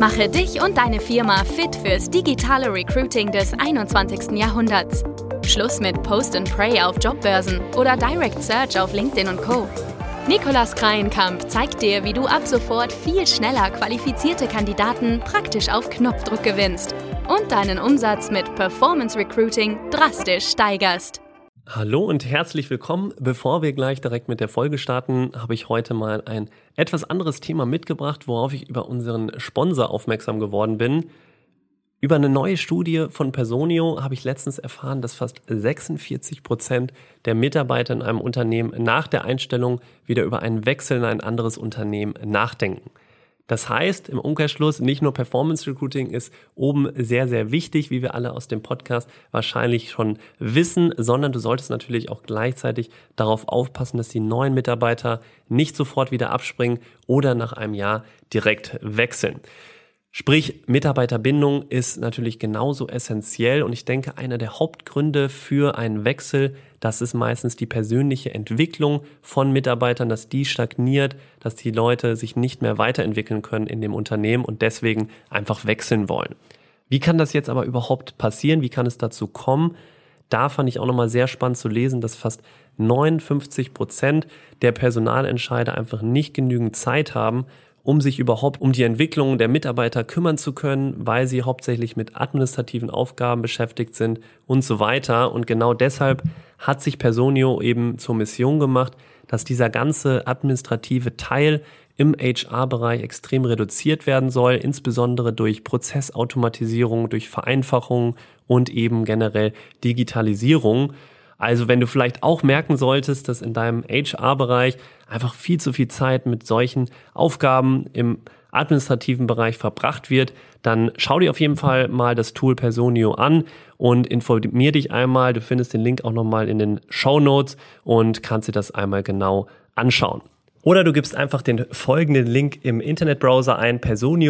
Mache dich und deine Firma fit fürs digitale Recruiting des 21. Jahrhunderts. Schluss mit Post and Pray auf Jobbörsen oder Direct Search auf LinkedIn und Co. Nikolaus Kreienkamp zeigt dir, wie du ab sofort viel schneller qualifizierte Kandidaten praktisch auf Knopfdruck gewinnst und deinen Umsatz mit Performance Recruiting drastisch steigerst. Hallo und herzlich willkommen. Bevor wir gleich direkt mit der Folge starten, habe ich heute mal ein etwas anderes Thema mitgebracht, worauf ich über unseren Sponsor aufmerksam geworden bin. Über eine neue Studie von Personio habe ich letztens erfahren, dass fast 46% der Mitarbeiter in einem Unternehmen nach der Einstellung wieder über einen Wechsel in ein anderes Unternehmen nachdenken. Das heißt, im Umkehrschluss, nicht nur Performance Recruiting ist oben sehr, sehr wichtig, wie wir alle aus dem Podcast wahrscheinlich schon wissen, sondern du solltest natürlich auch gleichzeitig darauf aufpassen, dass die neuen Mitarbeiter nicht sofort wieder abspringen oder nach einem Jahr direkt wechseln. Sprich, Mitarbeiterbindung ist natürlich genauso essentiell und ich denke, einer der Hauptgründe für einen Wechsel, das ist meistens die persönliche Entwicklung von Mitarbeitern, dass die stagniert, dass die Leute sich nicht mehr weiterentwickeln können in dem Unternehmen und deswegen einfach wechseln wollen. Wie kann das jetzt aber überhaupt passieren? Wie kann es dazu kommen? Da fand ich auch nochmal sehr spannend zu lesen, dass fast 59% der Personalentscheider einfach nicht genügend Zeit haben, um sich überhaupt um die Entwicklung der Mitarbeiter kümmern zu können, weil sie hauptsächlich mit administrativen Aufgaben beschäftigt sind und so weiter. Und genau deshalb hat sich Personio eben zur Mission gemacht, dass dieser ganze administrative Teil im HR-Bereich extrem reduziert werden soll, insbesondere durch Prozessautomatisierung, durch Vereinfachung und eben generell Digitalisierung. Also wenn du vielleicht auch merken solltest, dass in deinem HR-Bereich einfach viel zu viel Zeit mit solchen Aufgaben im administrativen Bereich verbracht wird, dann schau dir auf jeden Fall mal das Tool Personio an und informier dich einmal. Du findest den Link auch nochmal in den Shownotes und kannst dir das einmal genau anschauen. Oder du gibst einfach den folgenden Link im Internetbrowser ein,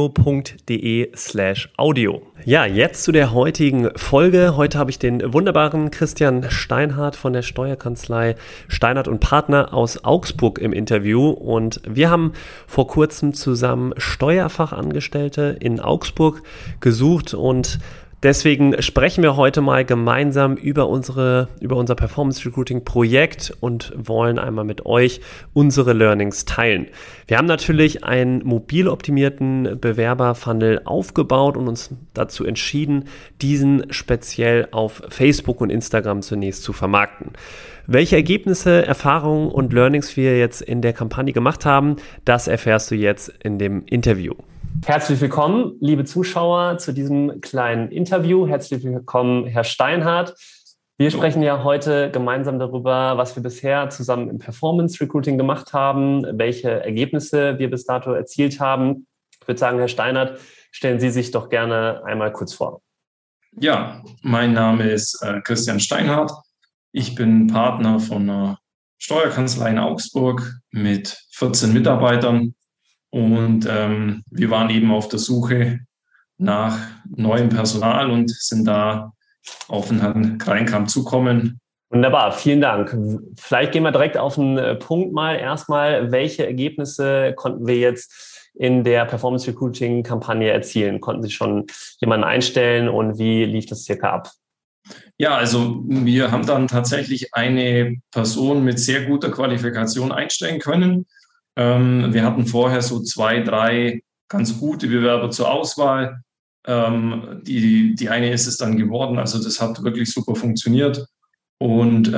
personio.de/audio. Ja, jetzt zu der heutigen Folge. Heute habe ich den wunderbaren Christian Steinhardt von der Steuerkanzlei Steinhardt und Partner aus Augsburg im Interview. Und wir haben vor kurzem zusammen Steuerfachangestellte in Augsburg gesucht und deswegen sprechen wir heute mal gemeinsam über unser Performance Recruiting Projekt und wollen einmal mit euch unsere Learnings teilen. Wir haben natürlich einen mobil optimierten Bewerberfunnel aufgebaut und uns dazu entschieden, diesen speziell auf Facebook und Instagram zunächst zu vermarkten. Welche Ergebnisse, Erfahrungen und Learnings wir jetzt in der Kampagne gemacht haben, das erfährst du jetzt in dem Interview. Herzlich willkommen, liebe Zuschauer, zu diesem kleinen Interview. Herzlich willkommen, Herr Steinhardt. Wir sprechen ja heute gemeinsam darüber, was wir bisher zusammen im Performance Recruiting gemacht haben, welche Ergebnisse wir bis dato erzielt haben. Ich würde sagen, Herr Steinhardt, stellen Sie sich doch gerne einmal kurz vor. Ja, mein Name ist Christian Steinhardt. Ich bin Partner von einer Steuerkanzlei in Augsburg mit 14 Mitarbeitern. Und wir waren eben auf der Suche nach neuem Personal und sind da auf den Herrn Kreienkamp zukommen. Wunderbar, vielen Dank. Vielleicht gehen wir direkt auf den Punkt mal. Erstmal, welche Ergebnisse konnten wir jetzt in der Performance Recruiting Kampagne erzielen? Konnten Sie schon jemanden einstellen und wie lief das circa ab? Ja, also wir haben dann tatsächlich eine Person mit sehr guter Qualifikation einstellen können. Wir hatten vorher so 2, 3 ganz gute Bewerber zur Auswahl. Die eine ist es dann geworden. Also das hat wirklich super funktioniert. Und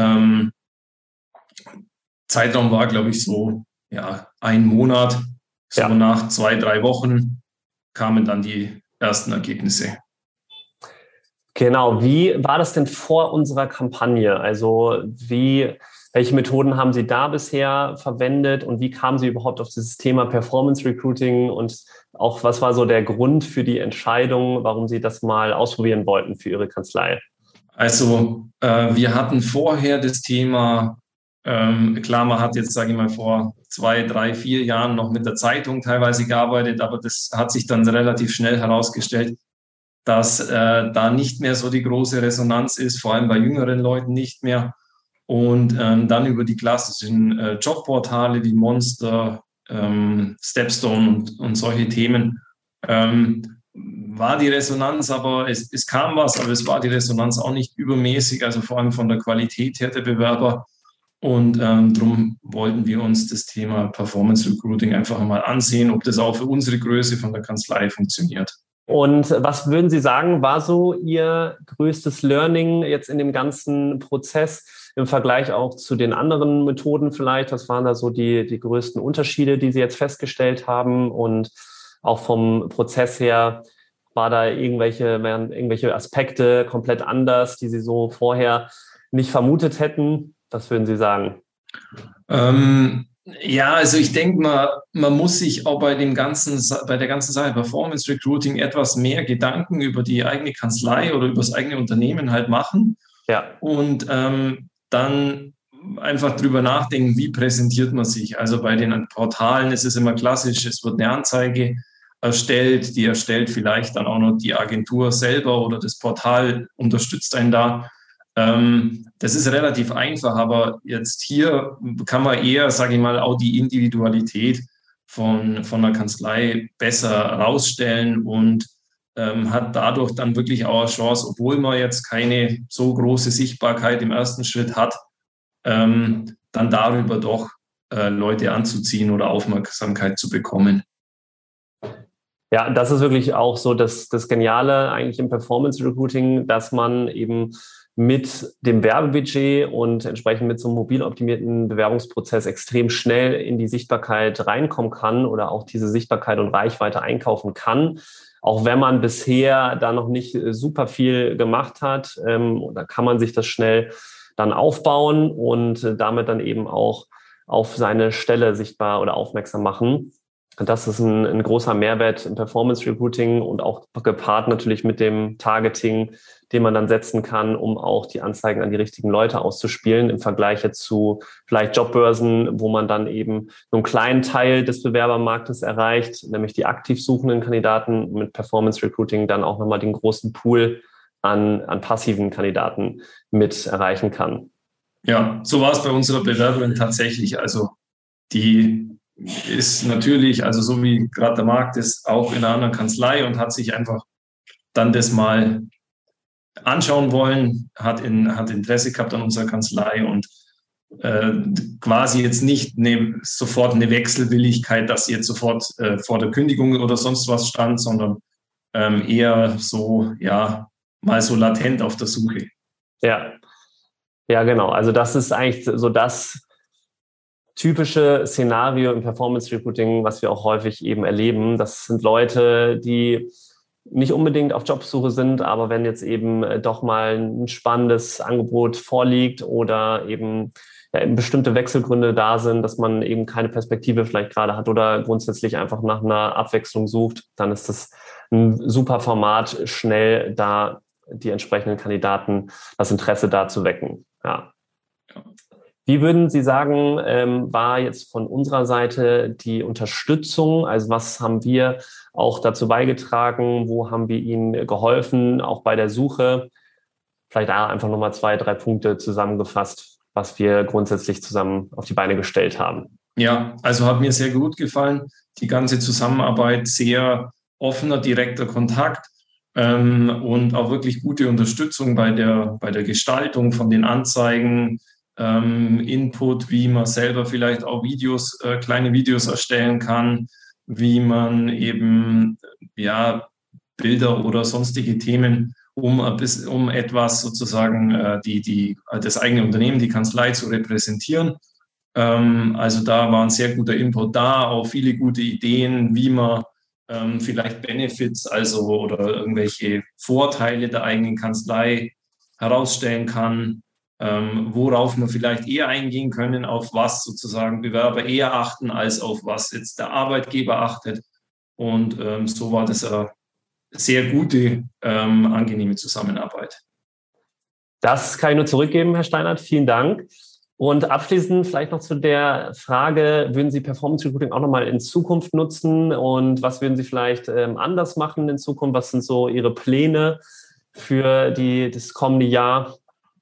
Zeitraum war, glaube ich, so ein Monat. So nach 2, 3 Wochen kamen dann die ersten Ergebnisse. Genau. Wie war das denn vor unserer Kampagne? Also welche Methoden haben Sie da bisher verwendet und wie kamen Sie überhaupt auf dieses Thema Performance Recruiting und auch was war so der Grund für die Entscheidung, warum Sie das mal ausprobieren wollten für Ihre Kanzlei? Also wir hatten vorher das Thema, klar, man hat jetzt, sage ich mal, vor 2, 3, 4 Jahren noch mit der Zeitung teilweise gearbeitet, aber das hat sich dann relativ schnell herausgestellt, dass da nicht mehr so die große Resonanz ist, vor allem bei jüngeren Leuten nicht mehr. Und dann über die klassischen Jobportale wie Monster, Stepstone und solche Themen war die Resonanz, aber es kam was, aber es war die Resonanz auch nicht übermäßig, also vor allem von der Qualität her der Bewerber. Und darum wollten wir uns das Thema Performance Recruiting einfach mal ansehen, ob das auch für unsere Größe von der Kanzlei funktioniert. Und was würden Sie sagen, war so Ihr größtes Learning jetzt in dem ganzen Prozess im Vergleich auch zu den anderen Methoden vielleicht? Was waren da so die größten Unterschiede, die Sie jetzt festgestellt haben? Und auch vom Prozess her, waren irgendwelche Aspekte komplett anders, die Sie so vorher nicht vermutet hätten? Was würden Sie sagen? Ja, also ich denke mal, man muss sich auch bei der ganzen Sache Performance Recruiting etwas mehr Gedanken über die eigene Kanzlei oder über das eigene Unternehmen halt machen. Ja. Und dann einfach drüber nachdenken, wie präsentiert man sich. Also bei den Portalen ist es immer klassisch, es wird eine Anzeige erstellt, die erstellt vielleicht dann auch noch die Agentur selber oder das Portal unterstützt einen da. Das ist relativ einfach, aber jetzt hier kann man eher, sage ich mal, auch die Individualität von der Kanzlei besser herausstellen und hat dadurch dann wirklich auch eine Chance, obwohl man jetzt keine so große Sichtbarkeit im ersten Schritt hat, dann darüber doch Leute anzuziehen oder Aufmerksamkeit zu bekommen. Ja, das ist wirklich auch so das Geniale eigentlich im Performance Recruiting, dass man eben mit dem Werbebudget und entsprechend mit so einem mobil optimierten Bewerbungsprozess extrem schnell in die Sichtbarkeit reinkommen kann oder auch diese Sichtbarkeit und Reichweite einkaufen kann. Auch wenn man bisher da noch nicht super viel gemacht hat, da kann man sich das schnell dann aufbauen und damit dann eben auch auf seine Stelle sichtbar oder aufmerksam machen. Das ist ein großer Mehrwert im Performance Recruiting und auch gepaart natürlich mit dem Targeting, den man dann setzen kann, um auch die Anzeigen an die richtigen Leute auszuspielen, im Vergleich jetzt zu vielleicht Jobbörsen, wo man dann eben nur einen kleinen Teil des Bewerbermarktes erreicht, nämlich die aktiv suchenden Kandidaten, mit Performance Recruiting dann auch nochmal den großen Pool an passiven Kandidaten mit erreichen kann. Ja, so war es bei unserer Bewerberin tatsächlich. Also die ist natürlich, also so wie gerade der Markt ist, auch in einer anderen Kanzlei und hat sich einfach dann das mal anschauen wollen, hat Interesse gehabt an unserer Kanzlei und quasi jetzt nicht sofort eine Wechselwilligkeit, dass sie jetzt sofort vor der Kündigung oder sonst was stand, sondern eher so, ja, mal so latent auf der Suche. Ja, genau. Also das ist eigentlich so das typische Szenario im Performance Recruiting, was wir auch häufig eben erleben. Das sind Leute, die nicht unbedingt auf Jobsuche sind, aber wenn jetzt eben doch mal ein spannendes Angebot vorliegt oder eben bestimmte Wechselgründe da sind, dass man eben keine Perspektive vielleicht gerade hat oder grundsätzlich einfach nach einer Abwechslung sucht, dann ist das ein super Format, schnell da die entsprechenden Kandidaten das Interesse da zu wecken. Ja. Wie würden Sie sagen, war jetzt von unserer Seite die Unterstützung? Also was haben wir auch dazu beigetragen? Wo haben wir Ihnen geholfen, auch bei der Suche? Vielleicht einfach nochmal 2, 3 Punkte zusammengefasst, was wir grundsätzlich zusammen auf die Beine gestellt haben. Ja, also hat mir sehr gut gefallen. Die ganze Zusammenarbeit, sehr offener, direkter Kontakt und auch wirklich gute Unterstützung bei der Gestaltung von den Anzeigen, Input, wie man selber vielleicht auch kleine Videos erstellen kann, wie man eben Bilder oder sonstige Themen, um etwas sozusagen das eigene Unternehmen, die Kanzlei zu repräsentieren. Also da war ein sehr guter Input da, auch viele gute Ideen, wie man vielleicht Benefits, oder irgendwelche Vorteile der eigenen Kanzlei herausstellen kann. Worauf man vielleicht eher eingehen können, auf was sozusagen Bewerber eher achten, als auf was jetzt der Arbeitgeber achtet. Und so war das eine sehr gute, angenehme Zusammenarbeit. Das kann ich nur zurückgeben, Herr Steinert. Vielen Dank. Und abschließend vielleicht noch zu der Frage, würden Sie Performance Recruiting auch nochmal in Zukunft nutzen? Und was würden Sie vielleicht anders machen in Zukunft? Was sind so Ihre Pläne für das kommende Jahr?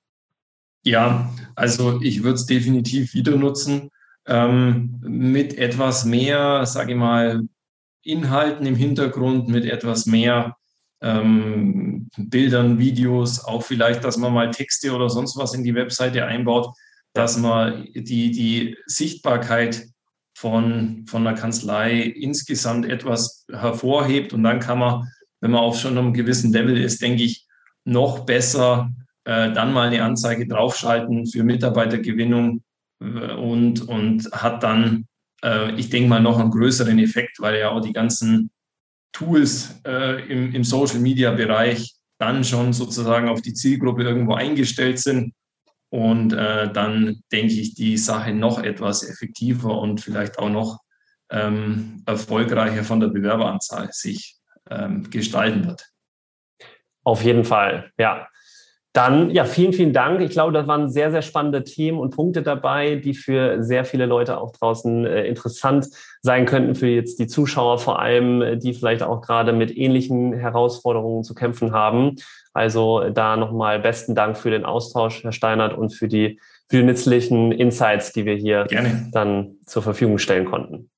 Ja, also ich würde es definitiv wieder nutzen, mit etwas mehr, sage ich mal, Inhalten im Hintergrund, mit etwas mehr Bildern, Videos, auch vielleicht, dass man mal Texte oder sonst was in die Webseite einbaut, dass man die Sichtbarkeit von einer Kanzlei insgesamt etwas hervorhebt. Und dann kann man, wenn man auf schon einem gewissen Level ist, denke ich, noch besser dann mal eine Anzeige draufschalten für Mitarbeitergewinnung und hat dann, ich denke mal, noch einen größeren Effekt, weil ja auch die ganzen Tools im Social-Media-Bereich dann schon sozusagen auf die Zielgruppe irgendwo eingestellt sind und dann denke ich, die Sache noch etwas effektiver und vielleicht auch noch erfolgreicher von der Bewerberanzahl sich gestalten wird. Auf jeden Fall, ja. Dann, ja, vielen, vielen Dank. Ich glaube, das waren sehr, sehr spannende Themen und Punkte dabei, die für sehr viele Leute auch draußen interessant sein könnten, für jetzt die Zuschauer vor allem, die vielleicht auch gerade mit ähnlichen Herausforderungen zu kämpfen haben. Also da nochmal besten Dank für den Austausch, Herr Steinert, und für die nützlichen Insights, die wir hier dann zur Verfügung stellen konnten.